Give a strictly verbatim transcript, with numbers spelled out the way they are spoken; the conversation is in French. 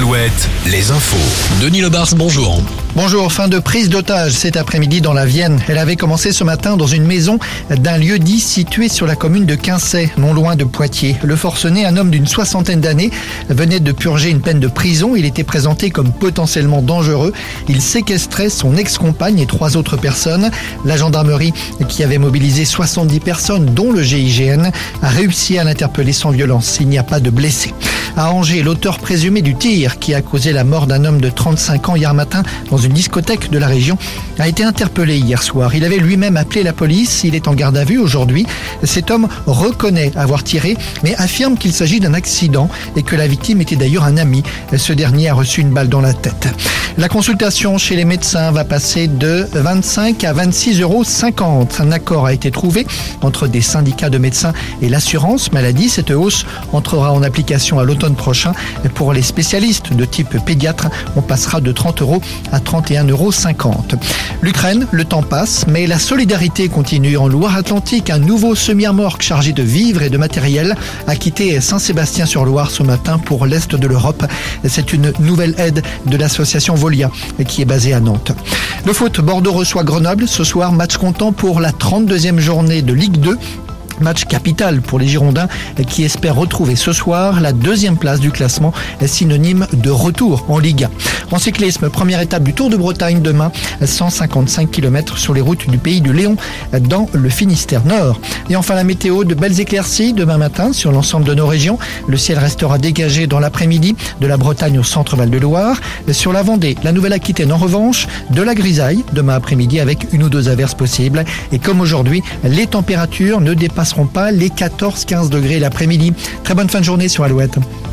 Alouette, les infos. Denis Lebars, bonjour. Bonjour, fin de prise d'otage cet après-midi dans la Vienne. Elle avait commencé ce matin dans une maison d'un lieu-dit situé sur la commune de Quincey, non loin de Poitiers. Le forcené, un homme d'une soixantaine d'années, venait de purger une peine de prison. Il était présenté comme potentiellement dangereux. Il séquestrait son ex-compagne et trois autres personnes. La gendarmerie, qui avait mobilisé soixante-dix personnes, dont le G I G N, a réussi à l'interpeller sans violence. Il n'y a pas de blessés. À Angers, l'auteur présumé du tir qui a causé la mort d'un homme de trente-cinq ans hier matin dans une discothèque de la région a été interpellé hier soir. Il avait lui-même appelé la police. Il est en garde à vue aujourd'hui. Cet homme reconnaît avoir tiré, mais affirme qu'il s'agit d'un accident et que la victime était d'ailleurs un ami. Ce dernier a reçu une balle dans la tête. La consultation chez les médecins va passer de vingt-cinq à vingt-six euros cinquante. Un accord a été trouvé entre des syndicats de médecins et l'assurance maladie. Cette hausse entrera en application à l'automne prochain. Pour les spécialistes de type pédiatre, on passera de trente euros à trente et un euros cinquante. L'Ukraine, le temps passe, mais la solidarité continue. En Loire-Atlantique, un nouveau semi-remorque chargé de vivres et de matériel a quitté Saint-Sébastien-sur-Loire ce matin pour l'Est de l'Europe. C'est une nouvelle aide de l'association Volia qui est basée à Nantes. Le foot, Bordeaux reçoit Grenoble. Ce soir, match comptant pour la trente-deuxième journée de Ligue deux. Match capital pour les Girondins qui espèrent retrouver ce soir la deuxième place du classement, synonyme de retour en Ligue un. En cyclisme, première étape du Tour de Bretagne demain, cent cinquante-cinq kilomètres sur les routes du pays du Léon dans le Finistère Nord. Et enfin la météo, de belles éclaircies demain matin sur l'ensemble de nos régions. Le ciel restera dégagé dans l'après-midi de la Bretagne au centre Val-de-Loire. Sur la Vendée, la Nouvelle-Aquitaine en revanche, de la grisaille demain après-midi avec une ou deux averses possibles. Et comme aujourd'hui, les températures ne dépassent pas les quatorze à quinze degrés l'après-midi. Très bonne fin de journée sur Alouette.